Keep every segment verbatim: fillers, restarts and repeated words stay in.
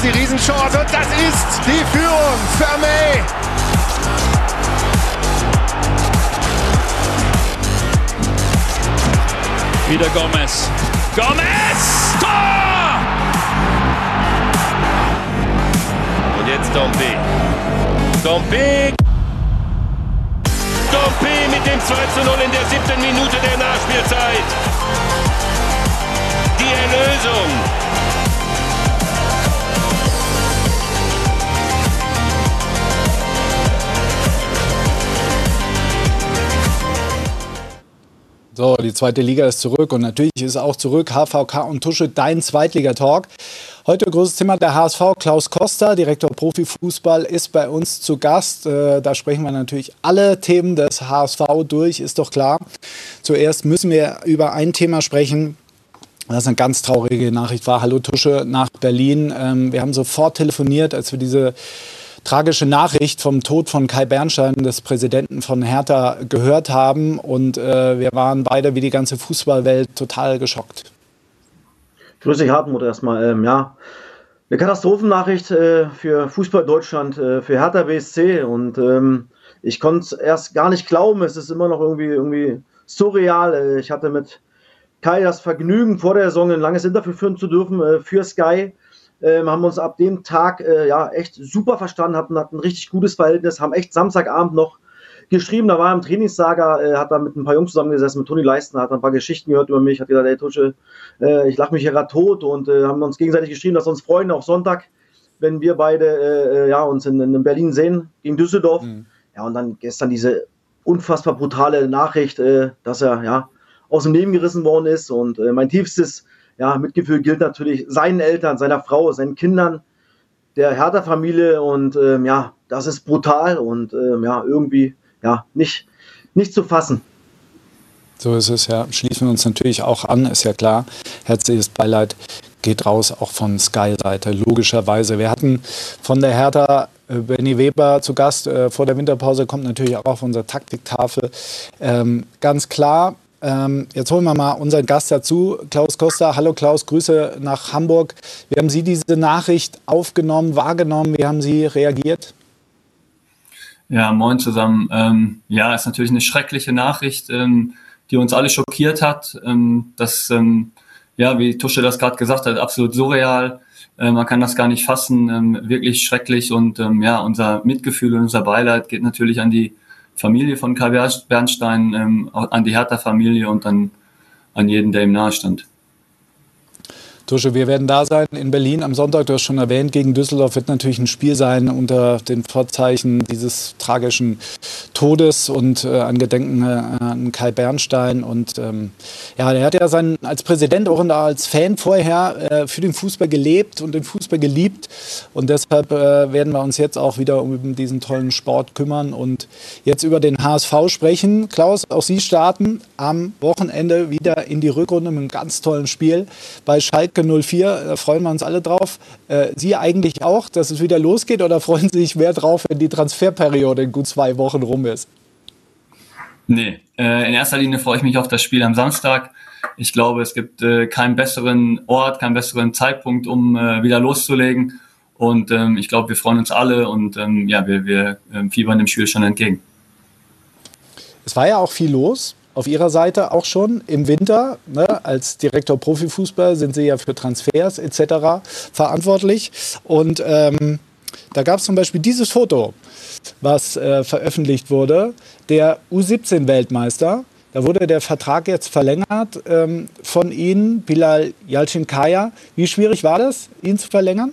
die Riesenchance und das ist die Führung. Vermey. Wieder Gomez. Gomez! Tor! Und jetzt Dompe. Dompe. Dompe mit dem zwei zu null in der siebten Minute der Nachspielzeit. Die Erlösung. So, die zweite Liga ist zurück und natürlich ist auch zurück H V K und Tusche, dein Zweitligatalk. Heute großes Thema der H S V. Klaus Koster, Direktor Profifußball, ist bei uns zu Gast. Äh, da sprechen wir natürlich alle Themen des H S V durch, ist doch klar. Zuerst müssen wir über ein Thema sprechen, das eine ganz traurige Nachricht war. Hallo Tusche nach Berlin. Ähm, wir haben sofort telefoniert, als wir diese tragische Nachricht vom Tod von Kai Bernstein, des Präsidenten von Hertha, gehört haben. Und äh, wir waren beide, wie die ganze Fußballwelt, total geschockt. Grüß dich, Hartmut, erstmal. Ähm, ja, eine Katastrophennachricht äh, für Fußball Deutschland, äh, für Hertha B S C. Und ähm, ich konnte es erst gar nicht glauben. Es ist immer noch irgendwie, irgendwie surreal. Ich hatte mit Kai das Vergnügen, vor der Saison ein langes Interview führen zu dürfen äh, für Sky. Ähm, haben uns ab dem Tag äh, ja echt super verstanden, hatten, hatten ein richtig gutes Verhältnis, haben echt Samstagabend noch geschrieben, da war er im Trainingslager, äh, hat da mit ein paar Jungs zusammengesessen, mit Toni Leistner, hat ein paar Geschichten gehört über mich, hat gesagt, ey Tusche, äh, ich lache mich hier gerade tot und äh, haben uns gegenseitig geschrieben, dass wir uns freuen auf Sonntag, wenn wir beide äh, ja, uns in, in Berlin sehen, gegen Düsseldorf. Mhm. Ja, und dann gestern diese unfassbar brutale Nachricht, äh, dass er ja aus dem Leben gerissen worden ist und äh, mein tiefstes ja, Mitgefühl gilt natürlich seinen Eltern, seiner Frau, seinen Kindern, der Hertha-Familie und ähm, ja, das ist brutal und ähm, ja, irgendwie ja, nicht, nicht zu fassen. So ist es, ja. Schließen wir uns natürlich auch an, ist ja klar. Herzliches Beileid geht raus, auch von Sky-Seite, logischerweise. Wir hatten von der Hertha äh, Benny Weber zu Gast äh, vor der Winterpause, kommt natürlich auch auf unsere Taktiktafel. Ähm, ganz klar. Jetzt holen wir mal unseren Gast dazu, Klaus Koster. Hallo Klaus, Grüße nach Hamburg. Wie haben Sie diese Nachricht aufgenommen, wahrgenommen? Wie haben Sie reagiert? Ja, moin zusammen. Ähm, ja, ist natürlich eine schreckliche Nachricht, ähm, die uns alle schockiert hat. Ähm, das, ähm, ja, wie Tusche das gerade gesagt hat, absolut surreal. Äh, man kann das gar nicht fassen. Ähm, wirklich schrecklich. Und ähm, ja, unser Mitgefühl und unser Beileid geht natürlich an die Familie von Kai Bernstein, ähm, an die Hertha-Familie und dann an jeden, der ihm nahe stand. Tusche, wir werden da sein in Berlin am Sonntag. Du hast schon erwähnt, gegen Düsseldorf wird natürlich ein Spiel sein unter den Vorzeichen dieses tragischen Todes und äh, an Gedenken äh, an Kai Bernstein. Und ähm, ja, er hat ja sein, als Präsident auch und als Fan vorher äh, für den Fußball gelebt und den Fußball geliebt. Und deshalb äh, werden wir uns jetzt auch wieder um diesen tollen Sport kümmern und jetzt über den H S V sprechen. Klaus, auch Sie starten am Wochenende wieder in die Rückrunde mit einem ganz tollen Spiel bei Schalke null vier, da freuen wir uns alle drauf. Äh, Sie eigentlich auch, dass es wieder losgeht, oder freuen Sie sich mehr drauf, wenn die Transferperiode in gut zwei Wochen rum ist? Nee, äh, in erster Linie freue ich mich auf das Spiel am Samstag. Ich glaube, es gibt äh, keinen besseren Ort, keinen besseren Zeitpunkt, um äh, wieder loszulegen. Und ähm, ich glaube, wir freuen uns alle und ähm, ja, wir, wir äh, fiebern dem Spiel schon entgegen. Es war ja auch viel los. Auf Ihrer Seite auch schon im Winter, ne, als Direktor Profifußball sind Sie ja für Transfers et cetera verantwortlich. Und ähm, da gab es zum Beispiel dieses Foto, was äh, veröffentlicht wurde, der U siebzehn Weltmeister. Da wurde der Vertrag jetzt verlängert ähm, von Ihnen, Bilal Yalcinkaya. Wie schwierig war das, ihn zu verlängern?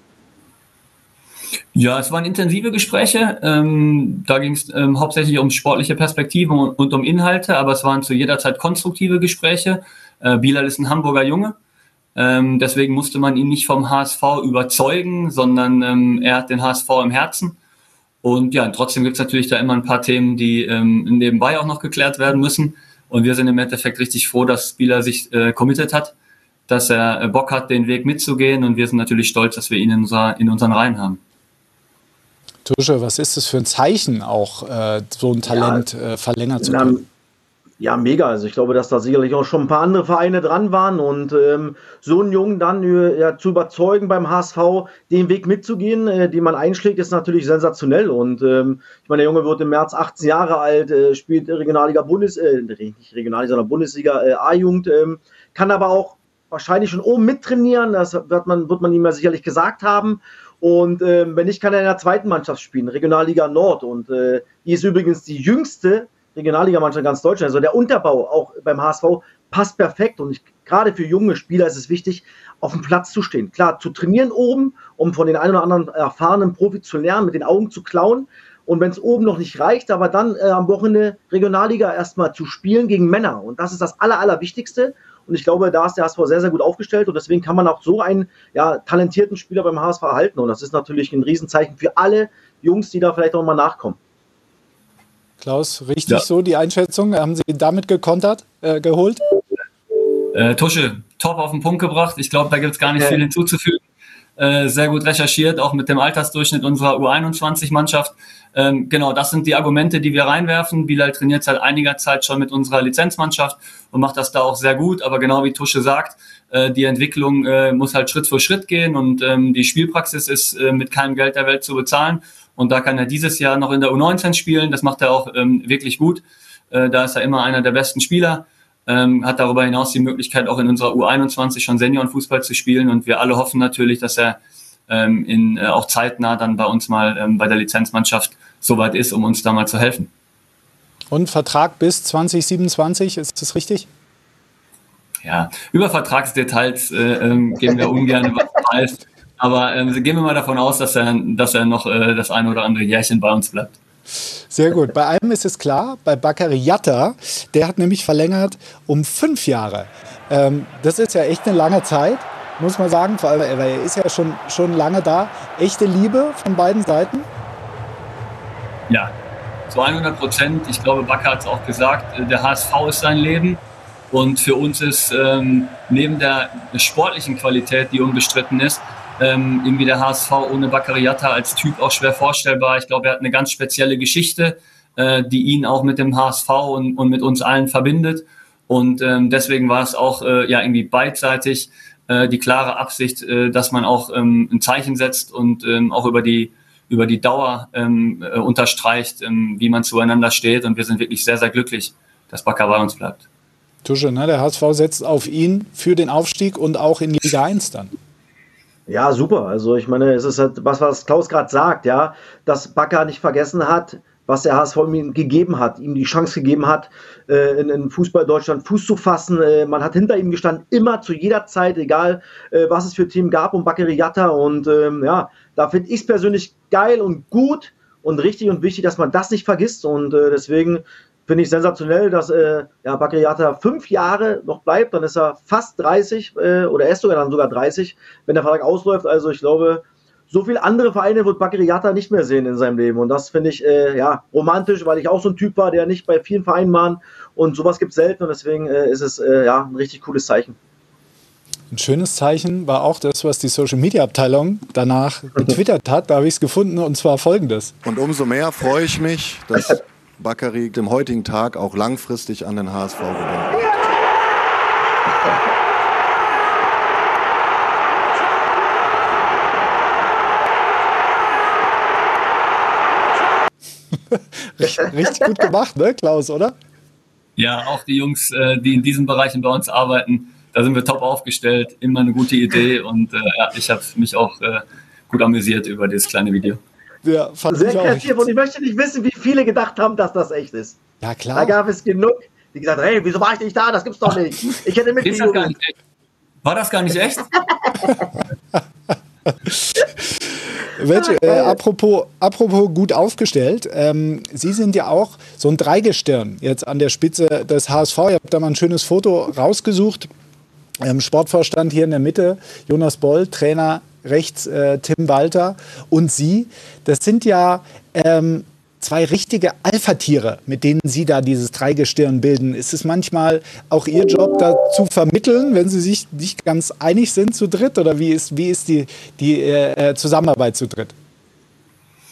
Ja, es waren intensive Gespräche. Ähm, da ging es ähm, hauptsächlich um sportliche Perspektiven und, und um Inhalte, aber es waren zu jeder Zeit konstruktive Gespräche. Äh, Bilal ist ein Hamburger Junge, ähm, deswegen musste man ihn nicht vom H S V überzeugen, sondern ähm, er hat den H S V im Herzen. Und ja, trotzdem gibt es natürlich da immer ein paar Themen, die ähm, nebenbei auch noch geklärt werden müssen. Und wir sind im Endeffekt richtig froh, dass Bilal sich äh, committed hat, dass er äh, Bock hat, den Weg mitzugehen. Und wir sind natürlich stolz, dass wir ihn in, unserer, in unseren Reihen haben. Tusche, was ist das für ein Zeichen auch, äh, so ein Talent ja, äh, verlängert zu können? Ja, mega. Also ich glaube, dass da sicherlich auch schon ein paar andere Vereine dran waren und ähm, so einen Jungen dann äh, ja, zu überzeugen beim H S V, den Weg mitzugehen, äh, den man einschlägt, ist natürlich sensationell. Und ähm, ich meine, der Junge wird im März achtzehn Jahre alt, äh, spielt Regionalliga Bundes, äh, nicht Regionalliga, sondern Bundesliga äh, A-Jugend, ähm, kann aber auch wahrscheinlich schon oben mittrainieren. Das wird man, wird man ihm ja sicherlich gesagt haben. Und ähm, wenn nicht, kann er in der zweiten Mannschaft spielen, Regionalliga Nord. Und äh, die ist übrigens die jüngste Regionalligamannschaft in ganz Deutschland. Also der Unterbau auch beim H S V passt perfekt. Und ich, gerade für junge Spieler ist es wichtig, auf dem Platz zu stehen. Klar, zu trainieren oben, um von den einen oder anderen erfahrenen Profi zu lernen, mit den Augen zu klauen. Und wenn es oben noch nicht reicht, aber dann äh, am Wochenende Regionalliga erstmal zu spielen gegen Männer. Und das ist das Aller, Allerwichtigste. Und ich glaube, da ist der H S V sehr, sehr gut aufgestellt. Und deswegen kann man auch so einen ja, talentierten Spieler beim H S V erhalten. Und das ist natürlich ein Riesenzeichen für alle Jungs, die da vielleicht auch mal nachkommen. Klaus, richtig ja. so die Einschätzung? Haben Sie damit gekontert, äh, geholt? Äh, Tusche, top auf den Punkt gebracht. Ich glaube, da gibt es gar nicht ja. viel hinzuzufügen. Äh, sehr gut recherchiert, auch mit dem Altersdurchschnitt unserer U einundzwanzig-Mannschaft. Ähm, genau, das sind die Argumente, die wir reinwerfen. Bilal trainiert seit einiger Zeit schon mit unserer Lizenzmannschaft und macht das da auch sehr gut. Aber genau wie Tusche sagt, äh, die Entwicklung äh, muss halt Schritt für Schritt gehen und ähm, die Spielpraxis ist äh, mit keinem Geld der Welt zu bezahlen. Und da kann er dieses Jahr noch in der U neunzehn spielen. Das macht er auch ähm, wirklich gut. Äh, da ist er immer einer der besten Spieler. Ähm, hat darüber hinaus die Möglichkeit, auch in unserer U einundzwanzig schon Seniorenfußball zu spielen. Und wir alle hoffen natürlich, dass er ähm, in, äh, auch zeitnah dann bei uns mal ähm, bei der Lizenzmannschaft soweit ist, um uns da mal zu helfen. Und Vertrag bis zwanzig siebenundzwanzig, ist das richtig? Ja, über Vertragsdetails äh, ähm, geben wir ungern was preis. Aber ähm, gehen wir mal davon aus, dass er, dass er noch äh, das ein oder andere Jährchen bei uns bleibt. Sehr gut. Bei einem ist es klar, bei Bakary Yatta, der hat nämlich verlängert um fünf Jahre. Ähm, das ist ja echt eine lange Zeit, muss man sagen, vor allem, weil er ist ja schon, schon lange da. Echte Liebe von beiden Seiten? Ja, zu hundert Prozent. Ich glaube, Bakar hat es auch gesagt, der H S V ist sein Leben. Und für uns ist ähm, neben der sportlichen Qualität, die unbestritten ist, Ähm, irgendwie der H S V ohne Bakary Yatta als Typ auch schwer vorstellbar. Ich glaube, er hat eine ganz spezielle Geschichte, äh, die ihn auch mit dem H S V und, und mit uns allen verbindet. Und ähm, deswegen war es auch äh, ja irgendwie beidseitig äh, die klare Absicht, äh, dass man auch ähm, ein Zeichen setzt und ähm, auch über die über die Dauer ähm, äh, unterstreicht, ähm, wie man zueinander steht. Und wir sind wirklich sehr, sehr glücklich, dass Bakar bei uns bleibt. Tusche, ne? Der H S V setzt auf ihn für den Aufstieg und auch in Liga eins dann. Ja, super. Also ich meine, es ist halt was, was Klaus gerade sagt, ja, dass Bakar nicht vergessen hat, was der H S V ihm gegeben hat, ihm die Chance gegeben hat, äh, in, in Fußball Deutschland Fuß zu fassen. Äh, man hat hinter ihm gestanden, immer zu jeder Zeit, egal äh, was es für Themen gab um Bakary Yatta. Und ähm, ja, da finde ich es persönlich geil und gut und richtig und wichtig, dass man das nicht vergisst. Und äh, deswegen finde ich sensationell, dass äh, ja, Bakary Yatta fünf Jahre noch bleibt. Dann ist er fast dreißig äh, oder er ist sogar dann sogar dreißig, wenn der Vertrag ausläuft. Also ich glaube, so viele andere Vereine wird Bakary Yatta nicht mehr sehen in seinem Leben. Und das finde ich äh, ja romantisch, weil ich auch so ein Typ war, der nicht bei vielen Vereinen war. Und sowas gibt es selten. Und deswegen äh, ist es äh, ja ein richtig cooles Zeichen. Ein schönes Zeichen war auch das, was die Social-Media-Abteilung danach getwittert hat. Da habe ich es gefunden, und zwar folgendes. Und umso mehr freue ich mich, dass Bakary dem heutigen Tag auch langfristig an den H S V gebunden wird. Richtig gut gemacht, ne, Klaus, oder? Ja, auch die Jungs, die in diesen Bereichen bei uns arbeiten, da sind wir top aufgestellt, immer eine gute Idee und äh, ja, ich habe mich auch äh, gut amüsiert über dieses kleine Video. Ja, fand sehr ich auch kreativ und ich möchte nicht wissen, wie viele gedacht haben, dass das echt ist. Ja, klar. Da gab es genug, die gesagt haben, hey, wieso war ich nicht da? Das gibt's doch nicht. Ich hätte Ist das gar nicht echt? War das gar nicht echt? Mensch, äh, apropos, apropos gut aufgestellt, ähm, Sie sind ja auch so ein Dreigestirn jetzt an der Spitze des H S V. Ihr habt da mal ein schönes Foto rausgesucht. Ähm, Sportvorstand hier in der Mitte, Jonas Boll, Trainer rechts äh, Tim Walter und Sie. Das sind ja ähm, zwei richtige Alpha-Tiere, mit denen Sie da dieses Dreigestirn bilden. Ist es manchmal auch Ihr Job, da zu vermitteln, wenn Sie sich nicht ganz einig sind zu dritt? Oder wie ist, wie ist die, die äh, Zusammenarbeit zu dritt?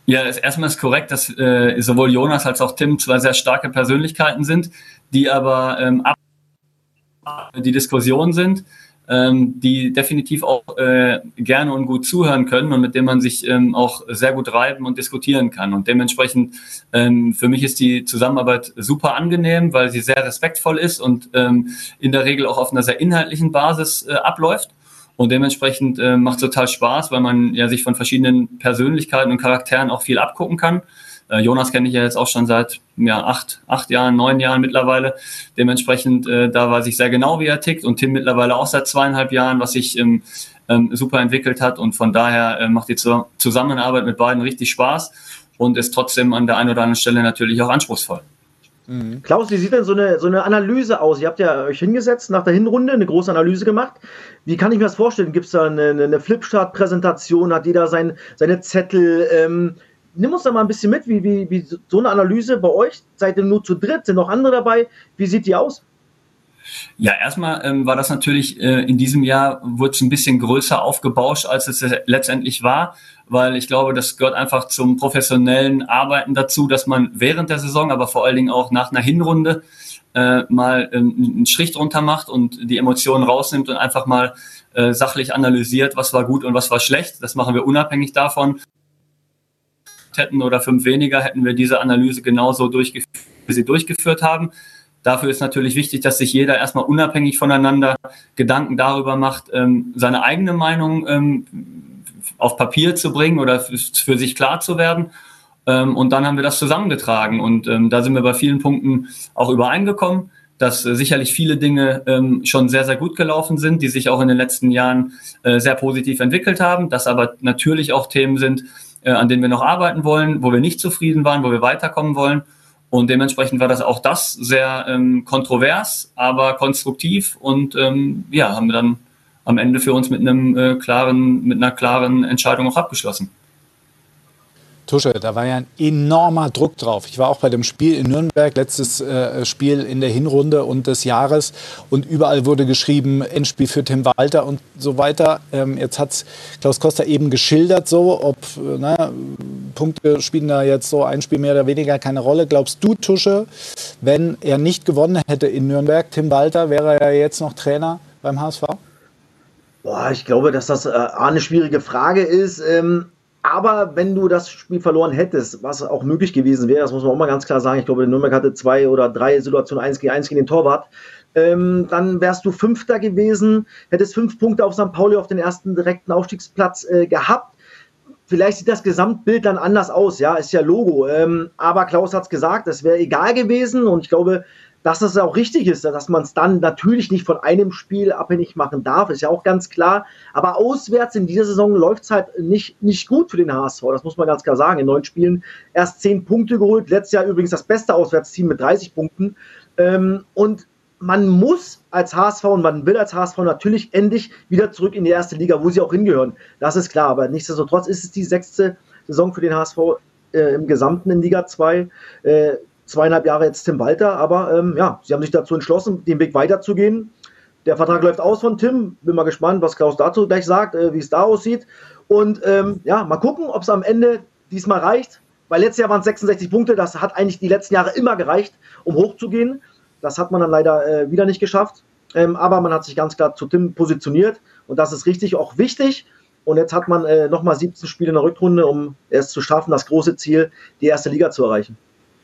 Ja, das erstmal ist korrekt, dass äh, sowohl Jonas als auch Tim zwei sehr starke Persönlichkeiten sind, die aber ähm, ab die Diskussion sind, ähm, die definitiv auch äh, gerne und gut zuhören können und mit denen man sich ähm, auch sehr gut reiben und diskutieren kann. Und dementsprechend ähm, für mich ist die Zusammenarbeit super angenehm, weil sie sehr respektvoll ist und ähm, in der Regel auch auf einer sehr inhaltlichen Basis äh, abläuft. Und dementsprechend äh, macht es total Spaß, weil man ja sich von verschiedenen Persönlichkeiten und Charakteren auch viel abgucken kann. Äh, Jonas kenne ich ja jetzt auch schon seit ja, acht, acht Jahren, neun Jahren mittlerweile. Dementsprechend, äh, da weiß ich sehr genau, wie er tickt. Und Tim mittlerweile auch seit zweieinhalb Jahren, was sich ähm, ähm, super entwickelt hat. Und von daher äh, macht die Zu- Zusammenarbeit mit beiden richtig Spaß und ist trotzdem an der einen oder anderen Stelle natürlich auch anspruchsvoll. Mhm. Klaus, wie sieht denn so eine, so eine Analyse aus? Ihr habt ja euch hingesetzt, nach der Hinrunde eine große Analyse gemacht. Wie kann ich mir das vorstellen? Gibt es da eine, eine Flipchart-Präsentation? Hat jeder sein, seine Zettel? Ähm, nimm uns da mal ein bisschen mit, wie, wie, wie so eine Analyse bei euch. Seid ihr nur zu dritt? Sind noch andere dabei? Wie sieht die aus? Ja, erstmal ähm, war das natürlich äh, in diesem Jahr, wurde es ein bisschen größer aufgebauscht, als es letztendlich war, weil ich glaube, das gehört einfach zum professionellen Arbeiten dazu, dass man während der Saison, aber vor allen Dingen auch nach einer Hinrunde äh, mal ähm, einen Strich drunter macht und die Emotionen rausnimmt und einfach mal äh, sachlich analysiert, was war gut und was war schlecht. Das machen wir unabhängig davon. Hätten oder fünf weniger, hätten wir diese Analyse genauso durchgeführt, wie wir sie durchgeführt haben. Dafür ist natürlich wichtig, dass sich jeder erstmal unabhängig voneinander Gedanken darüber macht, ähm, seine eigene Meinung ähm, auf Papier zu bringen oder f- für sich klar zu werden. Ähm, und dann haben wir das zusammengetragen. Und ähm, da sind wir bei vielen Punkten auch übereingekommen, dass äh, sicherlich viele Dinge ähm, schon sehr, sehr gut gelaufen sind, die sich auch in den letzten Jahren äh, sehr positiv entwickelt haben, dass aber natürlich auch Themen sind, äh, an denen wir noch arbeiten wollen, wo wir nicht zufrieden waren, wo wir weiterkommen wollen. Und dementsprechend war das auch das sehr ähm, kontrovers, aber konstruktiv und ähm, ja, haben wir dann am Ende für uns mit einem äh, klaren, mit einer klaren Entscheidung auch abgeschlossen. Tusche, da war ja ein enormer Druck drauf. Ich war auch bei dem Spiel in Nürnberg, letztes äh, Spiel in der Hinrunde und des Jahres. Und überall wurde geschrieben, Endspiel für Tim Walter und so weiter. Ähm, jetzt hat Klaus Koster eben geschildert, so, ob äh, na, Punkte spielen da jetzt so ein Spiel mehr oder weniger keine Rolle. Glaubst du, Tusche, wenn er nicht gewonnen hätte in Nürnberg, Tim Walter, wäre er jetzt noch Trainer beim H S V? Boah, ich glaube, dass das äh, eine schwierige Frage ist. Ähm Aber wenn du das Spiel verloren hättest, was auch möglich gewesen wäre, das muss man auch mal ganz klar sagen, ich glaube, Nürnberg hatte zwei oder drei Situationen, eins gegen eins gegen den Torwart, ähm, dann wärst du Fünfter gewesen, hättest fünf Punkte auf Sankt Pauli auf den ersten direkten Aufstiegsplatz äh, gehabt. Vielleicht sieht das Gesamtbild dann anders aus, ja, ist ja Logo. Ähm, aber Klaus hat es gesagt, es wäre egal gewesen und ich glaube, dass das auch richtig ist, dass man es dann natürlich nicht von einem Spiel abhängig machen darf, ist ja auch ganz klar. Aber auswärts in dieser Saison läuft es halt nicht, nicht gut für den H S V, das muss man ganz klar sagen. In neun Spielen erst zehn Punkte geholt, letztes Jahr übrigens das beste Auswärtsteam mit dreißig Punkten. Ähm, und man muss als H S V und man will als H S V natürlich endlich wieder zurück in die erste Liga, wo sie auch hingehören. Das ist klar, aber nichtsdestotrotz ist es die sechste Saison für den H S V äh, im Gesamten in Liga zwei. Äh, Zweieinhalb Jahre jetzt Tim Walter, aber ähm, ja, sie haben sich dazu entschlossen, den Weg weiterzugehen. Der Vertrag läuft aus von Tim. Bin mal gespannt, was Klaus dazu gleich sagt, äh, wie es da aussieht. Und ähm, ja, mal gucken, ob es am Ende diesmal reicht. Weil letztes Jahr waren es sechsundsechzig Punkte. Das hat eigentlich die letzten Jahre immer gereicht, um hochzugehen. Das hat man dann leider äh, wieder nicht geschafft. Ähm, aber man hat sich ganz klar zu Tim positioniert. Und das ist richtig, auch wichtig. Und jetzt hat man äh, nochmal siebzehn Spiele in der Rückrunde, um es zu schaffen, das große Ziel, die erste Liga zu erreichen.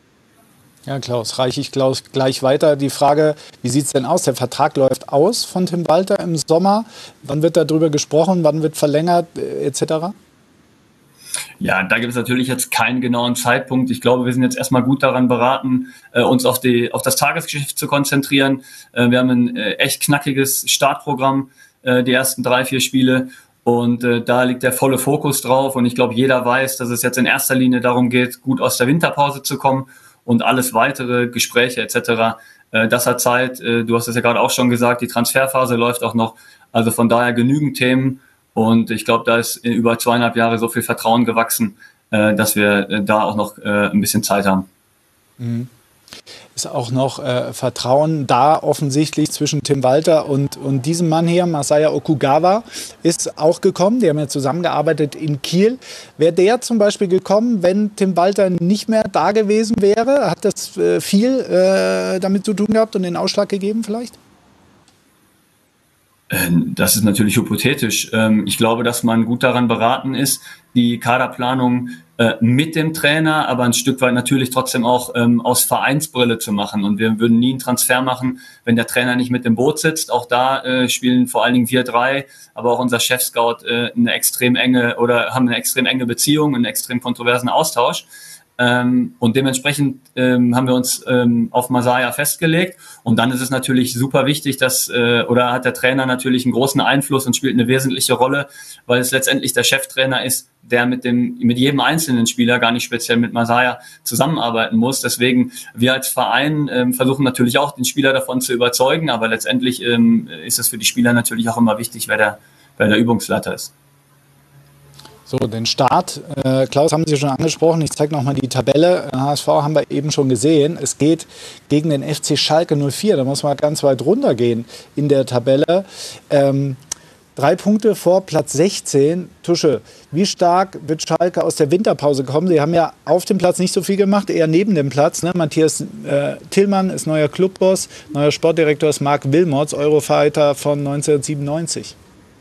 Ja, Klaus, reiche ich Klaus gleich weiter. Die Frage, wie sieht es denn aus? Der Vertrag läuft aus von Tim Walter im Sommer. Wann wird darüber gesprochen? Wann wird verlängert et cetera? Ja, da gibt es natürlich jetzt keinen genauen Zeitpunkt. Ich glaube, wir sind jetzt erstmal gut daran beraten, uns auf, die, auf das Tagesgeschäft zu konzentrieren. Wir haben ein echt knackiges Startprogramm, die ersten drei, vier Spiele. Und äh, da liegt der volle Fokus drauf. Und ich glaube, jeder weiß, dass es jetzt in erster Linie darum geht, gut aus der Winterpause zu kommen. Und alles weitere, Gespräche et cetera, äh, das hat Zeit. Äh, du hast es ja gerade auch schon gesagt, die Transferphase läuft auch noch. Also von daher genügend Themen. Und ich glaube, da ist in über zweieinhalb Jahre so viel Vertrauen gewachsen, äh, dass wir äh, da auch noch äh, ein bisschen Zeit haben. Mhm. ist auch noch äh, Vertrauen da offensichtlich zwischen Tim Walter und, und diesem Mann hier, Masaya Okugawa, ist auch gekommen. Die haben ja zusammengearbeitet in Kiel. Wäre der zum Beispiel gekommen, wenn Tim Walter nicht mehr da gewesen wäre? Hat das äh, viel äh, damit zu tun gehabt und den Ausschlag gegeben vielleicht? Das ist natürlich hypothetisch. Ich glaube, dass man gut daran beraten ist, die Kaderplanung mit dem Trainer, aber ein Stück weit natürlich trotzdem auch aus Vereinsbrille zu machen. Und wir würden nie einen Transfer machen, wenn der Trainer nicht mit im Boot sitzt. Auch da spielen vor allen Dingen wir drei, aber auch unser Chef-Scout eine extrem enge oder haben eine extrem enge Beziehung, einen extrem kontroversen Austausch. Ähm, und dementsprechend ähm, haben wir uns ähm, auf Masaya festgelegt. Und dann ist es natürlich super wichtig, dass äh, oder hat der Trainer natürlich einen großen Einfluss und spielt eine wesentliche Rolle, weil es letztendlich der Cheftrainer ist, der mit dem mit jedem einzelnen Spieler, gar nicht speziell mit Masaya, zusammenarbeiten muss. Deswegen wir als Verein ähm, versuchen natürlich auch den Spieler davon zu überzeugen, aber letztendlich ähm, ist es für die Spieler natürlich auch immer wichtig, wer der, wer der Übungsleiter ist. So, den Start, äh, Klaus, haben Sie schon angesprochen. Ich zeige nochmal die Tabelle. H S V haben wir eben schon gesehen. Es geht gegen den F C Schalke null vier. Da muss man ganz weit runter gehen in der Tabelle. Ähm, drei Punkte vor Platz sechzehn. Tusche, wie stark wird Schalke aus der Winterpause kommen? Sie haben ja auf dem Platz nicht so viel gemacht, eher neben dem Platz. Ne? Matthias äh, Tillmann ist neuer Clubboss. Neuer Sportdirektor ist Marc Wilmots, Eurofighter von neunzehnhundertsiebenundneunzig.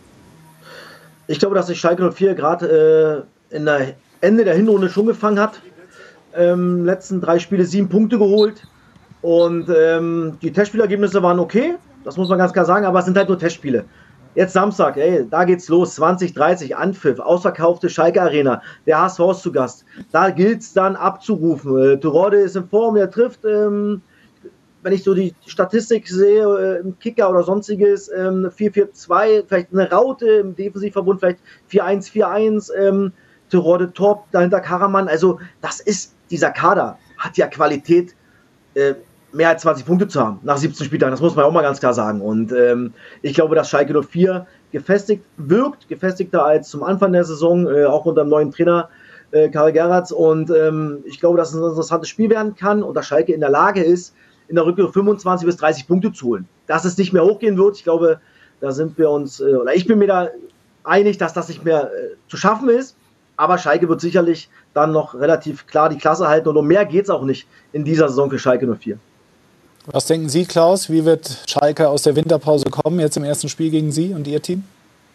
Ich glaube, dass sich Schalke null vier gerade äh, in der Ende der Hinrunde schon gefangen hat. Ähm, letzten drei Spiele sieben Punkte geholt. Und ähm, die Testspielergebnisse waren okay, das muss man ganz klar sagen, aber es sind halt nur Testspiele. Jetzt Samstag, ey, da geht's los, zwanzig dreißig, Anpfiff, ausverkaufte Schalke Arena, der H S V ist zu Gast. Da gilt es dann abzurufen. Äh, Terodde ist in Form, der trifft, ähm, wenn ich so die Statistik sehe, äh, im Kicker oder sonstiges, ähm, vier vier zwei, vielleicht eine Raute im Defensivverbund, vielleicht vier eins vier eins, ähm, Terodde top, dahinter Karaman. Also das ist, dieser Kader hat ja Qualität, äh, mehr als zwanzig Punkte zu haben nach siebzehn Spieltagen, das muss man auch mal ganz klar sagen. Und ähm, ich glaube, dass Schalke null vier gefestigt wirkt, gefestigter als zum Anfang der Saison, äh, auch unter dem neuen Trainer äh, Karl Gerrards. Und ähm, ich glaube, dass es ein interessantes Spiel werden kann und dass Schalke in der Lage ist, in der Rückkehr fünfundzwanzig bis dreißig Punkte zu holen. Dass es nicht mehr hochgehen wird, ich glaube, da sind wir uns, äh, oder ich bin mir da einig, dass das nicht mehr äh, zu schaffen ist. Aber Schalke wird sicherlich dann noch relativ klar die Klasse halten und um mehr geht es auch nicht in dieser Saison für Schalke null vier. Was denken Sie, Klaus? Wie wird Schalke aus der Winterpause kommen, jetzt im ersten Spiel gegen Sie und Ihr Team?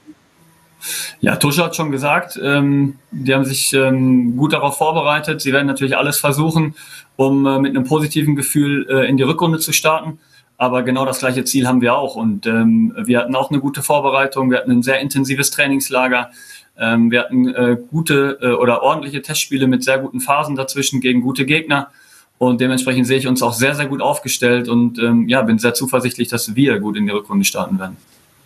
Ja, Tusche hat schon gesagt, ähm, die haben sich ähm, gut darauf vorbereitet. Sie werden natürlich alles versuchen, um äh, mit einem positiven Gefühl äh, in die Rückrunde zu starten. Aber genau das gleiche Ziel haben wir auch. Und ähm, wir hatten auch eine gute Vorbereitung. Wir hatten ein sehr intensives Trainingslager. Ähm, wir hatten äh, gute äh, oder ordentliche Testspiele mit sehr guten Phasen dazwischen gegen gute Gegner. Und dementsprechend sehe ich uns auch sehr, sehr gut aufgestellt und ähm, ja, bin sehr zuversichtlich, dass wir gut in die Rückrunde starten werden.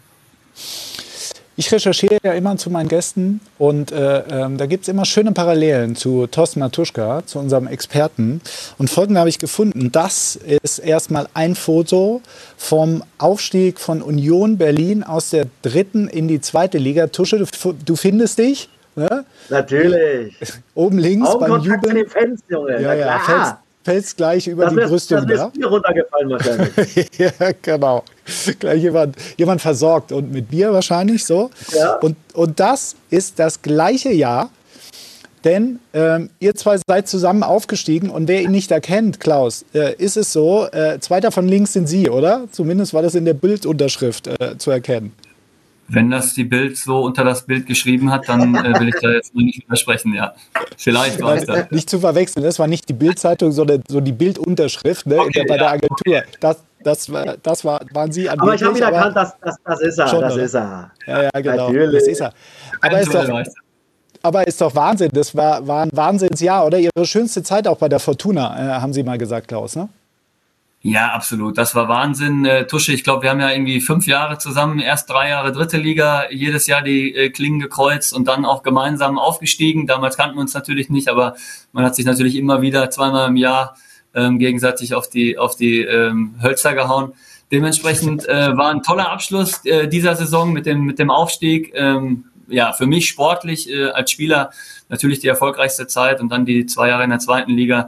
Ich recherchiere ja immer zu meinen Gästen und äh, ähm, da gibt es immer schöne Parallelen zu Thorsten Matuschka, zu unserem Experten. Und folgende habe ich gefunden. Das ist erstmal ein Foto vom Aufstieg von Union Berlin aus der dritten in die zweite Liga. Tusche, du, du findest dich? Ne? Natürlich. Oben links beim Jubeln. An den Fans, Junge. Ja, ja, fällst, fällst gleich über das die wär, Brüstung. Das ist Bier runtergefallen wahrscheinlich. Ja, genau. Gleich jemand, jemand versorgt und mit Bier wahrscheinlich so. Ja. Und, und das ist das gleiche Jahr, denn ähm, ihr zwei seid zusammen aufgestiegen und wer ihn nicht erkennt, Klaus, äh, ist es so, äh, zweiter von links sind Sie, oder? Zumindest war das in der Bildunterschrift äh, zu erkennen. Wenn das die Bild so unter das Bild geschrieben hat, dann äh, will ich da jetzt noch nicht widersprechen, ja. Vielleicht war es da. Nicht zu verwechseln, das war nicht die Bildzeitung, sondern so die Bildunterschrift, ne, okay, der, bei ja, der Agentur. Okay. Das, das, war, das war, waren Sie angeblich. Aber ich habe ihn erkannt, das, das, das ist er, schon, das oder? ist er. Ja, ja, genau, Natürlich. das ist er. Aber ist doch, aber ist doch Wahnsinn, das war, war ein Wahnsinnsjahr, oder? Ihre schönste Zeit auch bei der Fortuna, äh, haben Sie mal gesagt, Klaus, ne? Ja, absolut. Das war Wahnsinn. Äh, Tusche, ich glaube, wir haben ja irgendwie fünf Jahre zusammen, erst drei Jahre dritte Liga, jedes Jahr die äh, Klingen gekreuzt und dann auch gemeinsam aufgestiegen. Damals kannten wir uns natürlich nicht, aber man hat sich natürlich immer wieder zweimal im Jahr ähm, gegenseitig auf die auf die ähm, Hölzer gehauen. Dementsprechend äh, war ein toller Abschluss äh, dieser Saison mit dem mit dem Aufstieg. Ähm, ja, für mich sportlich äh, als Spieler natürlich die erfolgreichste Zeit und dann die zwei Jahre in der zweiten Liga.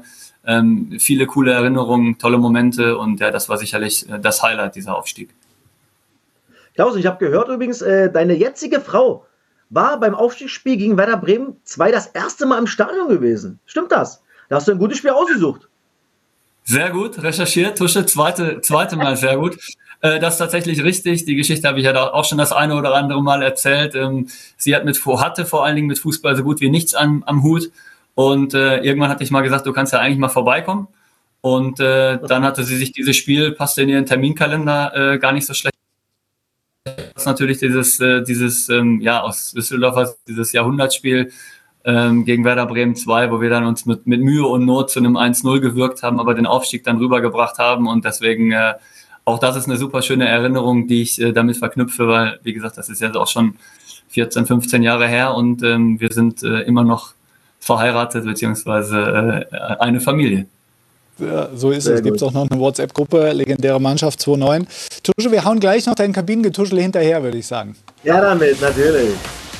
Ähm, viele coole Erinnerungen, tolle Momente und ja, das war sicherlich äh, das Highlight, dieser Aufstieg. Klaus, ich habe gehört übrigens, äh, deine jetzige Frau war beim Aufstiegsspiel gegen Werder Bremen zwei das erste Mal im Stadion gewesen. Stimmt das? Da hast du ein gutes Spiel ausgesucht. Sehr gut, recherchiert, Tusche, zweite, zweite Mal sehr gut. Äh, das ist tatsächlich richtig. Die Geschichte habe ich ja auch schon das eine oder andere Mal erzählt. Ähm, sie hat mit, hatte vor allen Dingen mit Fußball so gut wie nichts am, am Hut. Und äh, irgendwann hatte ich mal gesagt, du kannst ja eigentlich mal vorbeikommen. Und äh, dann hatte sie sich dieses Spiel, passte in ihren Terminkalender äh, gar nicht so schlecht. Das ist natürlich dieses, äh, dieses ähm, ja, aus Düsseldorf, dieses Jahrhundertspiel ähm, gegen Werder Bremen zwei, wo wir dann uns mit, mit Mühe und Not zu einem eins null gewirkt haben, aber den Aufstieg dann rübergebracht haben und deswegen äh, auch das ist eine super schöne Erinnerung, die ich äh, damit verknüpfe, weil, wie gesagt, das ist ja auch schon vierzehn, fünfzehn Jahre her und ähm, wir sind äh, immer noch verheiratet beziehungsweise äh, eine Familie. Ja, so ist Sehr es. Gibt es auch noch eine WhatsApp-Gruppe, legendäre Mannschaft zwei neun. Tusche, wir hauen gleich noch dein Kabinengetuschel hinterher, würde ich sagen. Ja, damit, natürlich.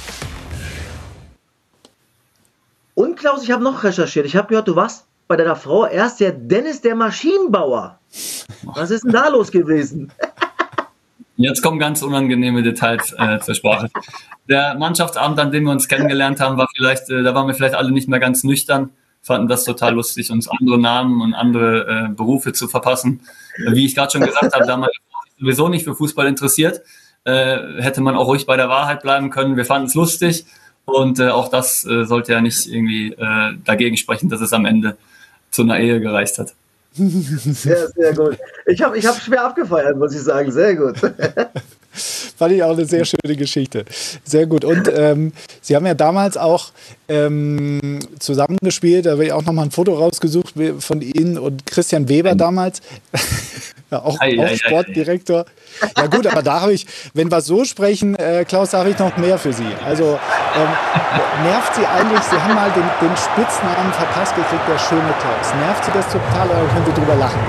Und Klaus, ich habe noch recherchiert. Ich habe gehört, du warst bei deiner Frau erst der Dennis der Maschinenbauer. Was ist denn da los gewesen? Jetzt kommen ganz unangenehme Details äh, zur Sprache. Der Mannschaftsabend, an dem wir uns kennengelernt haben, war vielleicht, äh, da waren wir vielleicht alle nicht mehr ganz nüchtern, fanden das total lustig, uns andere Namen und andere äh, Berufe zu verpassen. Äh, wie ich gerade schon gesagt habe, da man sowieso nicht für Fußball interessiert, äh, hätte man auch ruhig bei der Wahrheit bleiben können. Wir fanden es lustig und äh, auch das äh, sollte ja nicht irgendwie äh, dagegen sprechen, dass es am Ende zu einer Ehe gereicht hat. Sehr, sehr gut. Ich habe ich hab schwer abgefeiert, muss ich sagen. Sehr gut. Fand ich auch eine sehr schöne Geschichte. Sehr gut. Und ähm, Sie haben ja damals auch ähm, zusammengespielt, da habe ich auch nochmal ein Foto rausgesucht von Ihnen und Christian Weber damals. Ja, auch, ei, auch ei, Sportdirektor. Ei. Ja gut, aber da habe ich, wenn wir so sprechen, äh, Klaus, da habe ich noch mehr für Sie. Also ähm, nervt Sie eigentlich, Sie haben mal den, den Spitznamen verpasst gekriegt, der schöne Klaus. Nervt Sie das total oder können Sie drüber lachen?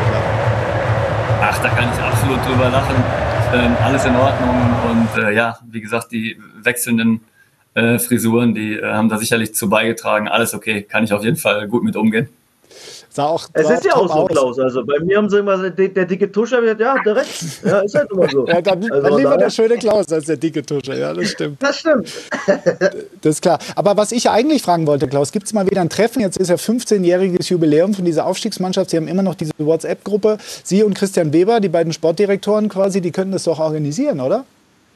Oder? Ach, da kann ich absolut drüber lachen. Ähm, alles in Ordnung und äh, ja, wie gesagt, die wechselnden äh, Frisuren, die äh, haben da sicherlich zu beigetragen. Alles okay, kann ich auf jeden Fall gut mit umgehen. Sah auch, es sah ist ja auch so, aus. Klaus. Also bei mir haben sie immer der, der dicke Tuscher wird, ja, direkt. Ja, ist halt immer so. Ja, dann, also dann lieber der schöne Klaus als der dicke Tuscher. Ja, das stimmt. Das stimmt. Das ist klar. Aber was ich eigentlich fragen wollte, Klaus, gibt es mal wieder ein Treffen? Jetzt ist ja fünfzehnjähriges Jubiläum von dieser Aufstiegsmannschaft. Sie haben immer noch diese WhatsApp-Gruppe. Sie und Christian Weber, die beiden Sportdirektoren quasi, die könnten das doch organisieren, oder?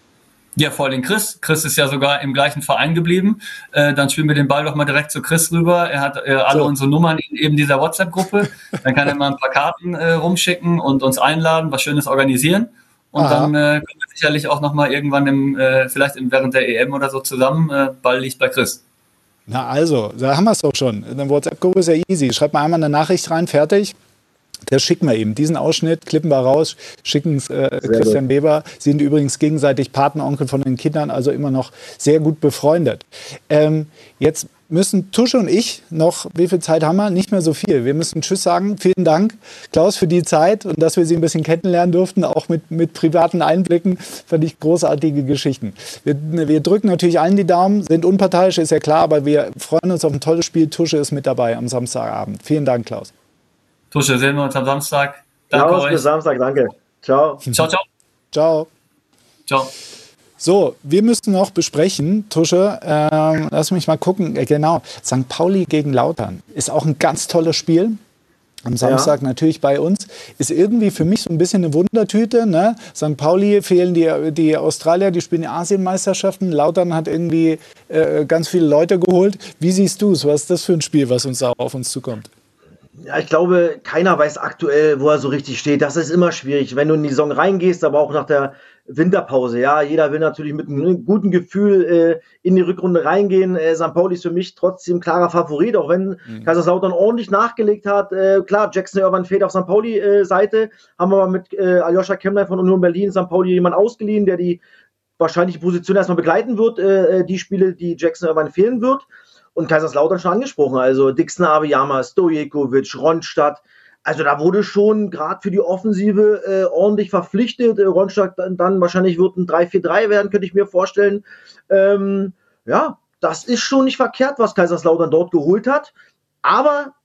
Ja, vor allem Chris. Chris ist ja sogar im gleichen Verein geblieben. Äh, dann spielen wir den Ball doch mal direkt zu Chris rüber. Er hat äh, alle so. unsere Nummern in eben dieser WhatsApp-Gruppe. Dann kann er mal ein paar Karten äh, rumschicken und uns einladen, was Schönes organisieren. Und Aha. dann äh, können wir sicherlich auch noch mal irgendwann im, äh, vielleicht im, während der E M oder so zusammen. Äh, Ball liegt bei Chris. Na also, da haben wir es doch schon. Eine WhatsApp-Gruppe ist ja easy. Schreibt mal einmal eine Nachricht rein, fertig. Das schicken wir eben. Diesen Ausschnitt klippen wir raus, schicken es äh, Christian gut. Weber. Sie sind übrigens gegenseitig Patenonkel von den Kindern, also immer noch sehr gut befreundet. Ähm, jetzt müssen Tusche und ich noch, wie viel Zeit haben wir? Nicht mehr so viel. Wir müssen Tschüss sagen. Vielen Dank, Klaus, für die Zeit und dass wir Sie ein bisschen kennenlernen durften, auch mit, mit privaten Einblicken. Fand ich großartige Geschichten. Wir, wir drücken natürlich allen die Daumen, sind unparteiisch, ist ja klar, aber wir freuen uns auf ein tolles Spiel. Tusche ist mit dabei am Samstagabend. Vielen Dank, Klaus. Tusche, sehen wir uns am Samstag. Danke euch. Bis Samstag, danke. Ciao. Ciao, ciao. Ciao. Ciao. So, wir müssen noch besprechen, Tusche, äh, lass mich mal gucken, äh, genau, Sankt Pauli gegen Lautern ist auch ein ganz tolles Spiel. Am Samstag ja. natürlich bei uns. Ist irgendwie für mich so ein bisschen eine Wundertüte. Ne? Sankt Pauli fehlen die, die Australier, die spielen die Asienmeisterschaften. Lautern hat irgendwie äh, ganz viele Leute geholt. Wie siehst du es? Was ist das für ein Spiel, was uns da auf uns zukommt? Ja, ich glaube, keiner weiß aktuell, wo er so richtig steht. Das ist immer schwierig, wenn du in die Saison reingehst, aber auch nach der Winterpause. Ja, jeder will natürlich mit einem guten Gefühl äh, in die Rückrunde reingehen. Äh, Sankt Pauli ist für mich trotzdem klarer Favorit, auch wenn mhm. Kaiserslautern ordentlich nachgelegt hat. Äh, klar, Jackson Irvan fehlt auf Sankt Pauli-Seite. Äh, haben wir aber mit äh, Aljoscha Kemmler von Union Berlin Sankt Pauli jemanden ausgeliehen, der die wahrscheinlich Position erstmal begleiten wird, äh, die Spiele, die Jackson Irvan fehlen wird. Und Kaiserslautern schon angesprochen, also Dixon Abiyama, Stojekovic, Ronstadt, also da wurde schon gerade für die Offensive äh, ordentlich verpflichtet. Äh, Ronstadt dann, dann wahrscheinlich wird ein drei vier drei werden, könnte ich mir vorstellen. Ähm, ja, das ist schon nicht verkehrt, was Kaiserslautern dort geholt hat. Aber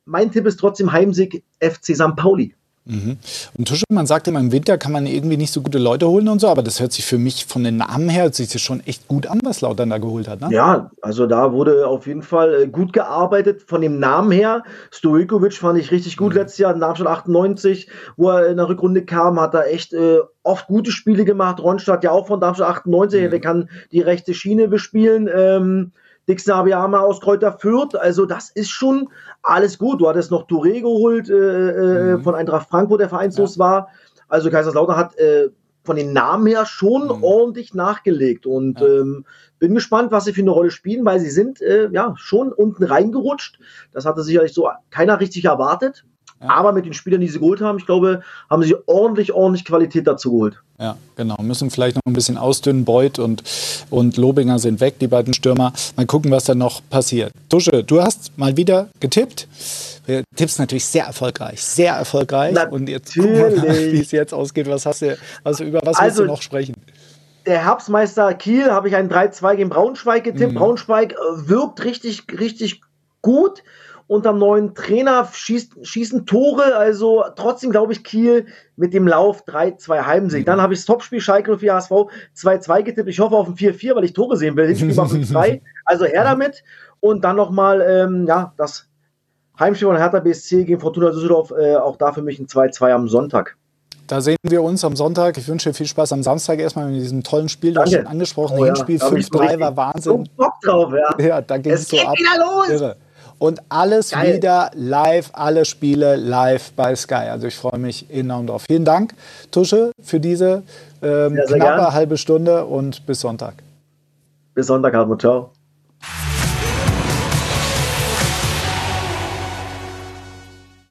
mein Tipp ist trotzdem Heimsieg F C Sankt Pauli. Mhm. Und Tusche, man sagt immer, im Winter kann man irgendwie nicht so gute Leute holen und so, aber das hört sich für mich von den Namen her, hört sich das schon echt gut an, was Lautern da geholt hat, ne? Ja, also da wurde auf jeden Fall gut gearbeitet. Von dem Namen her, Stojkovic fand ich richtig gut mhm. letztes Jahr, in Darmstadt achtundneunzig, wo er in der Rückrunde kam, hat er echt äh, oft gute Spiele gemacht. Ronstadt ja auch von Darmstadt achtundneunzig, mhm. der kann die rechte Schiene bespielen. Ähm, Dixon Abiyama aus Kräuter Fürth, also das ist schon alles gut. Du hattest noch Touré geholt äh, mhm. von Eintracht Frankfurt, der vereinslos ja. war. Also Kaiserslautern hat äh, von den Namen her schon mhm. ordentlich nachgelegt und ja. ähm, bin gespannt, was sie für eine Rolle spielen, weil sie sind äh, ja schon unten reingerutscht. Das hatte sicherlich so keiner richtig erwartet. Ja. Aber mit den Spielern, die sie geholt haben, ich glaube, haben sie ordentlich, ordentlich Qualität dazu geholt. Ja, genau. Müssen vielleicht noch ein bisschen ausdünnen. Beuth und, und Lobinger sind weg, die beiden Stürmer. Mal gucken, was da noch passiert. Tusche, du hast mal wieder getippt. Du tippst natürlich sehr erfolgreich. Sehr erfolgreich. Natürlich. Und jetzt gucken wir mal, wie es jetzt ausgeht. Was hast du, also über was willst also, du noch sprechen? Der Herbstmeister Kiel habe ich ein drei zwei gegen Braunschweig getippt. Mhm. Braunschweig wirkt richtig, richtig gut. Unterm neuen Trainer schießt, schießen Tore, also trotzdem glaube ich Kiel mit dem Lauf drei zwei Heimsieg. Mhm. Dann habe ich das Topspiel Schalke für H S V zwei zwei getippt. Ich hoffe auf ein vier vier, weil ich Tore sehen will. Hinspiel mal fünf drei, also her damit. Und dann nochmal ähm, ja, das Heimspiel von Hertha B S C gegen Fortuna Düsseldorf, äh, auch da für mich ein zwei zwei am Sonntag. Da sehen wir uns am Sonntag. Ich wünsche dir viel Spaß am Samstag erstmal mit diesem tollen Spiel. Du hast schon angesprochen, oh, Hinspiel ja. fünf drei war Wahnsinn. So Bock drauf, ja. Ja, da ging es so ab. Wieder los. Irre. Und alles Geil. wieder live, alle Spiele live bei Sky. Also ich freue mich enorm drauf. Vielen Dank, Tusche, für diese ähm, ja, knappe gern. halbe Stunde und bis Sonntag. Bis Sonntag, Hartmut. Ciao.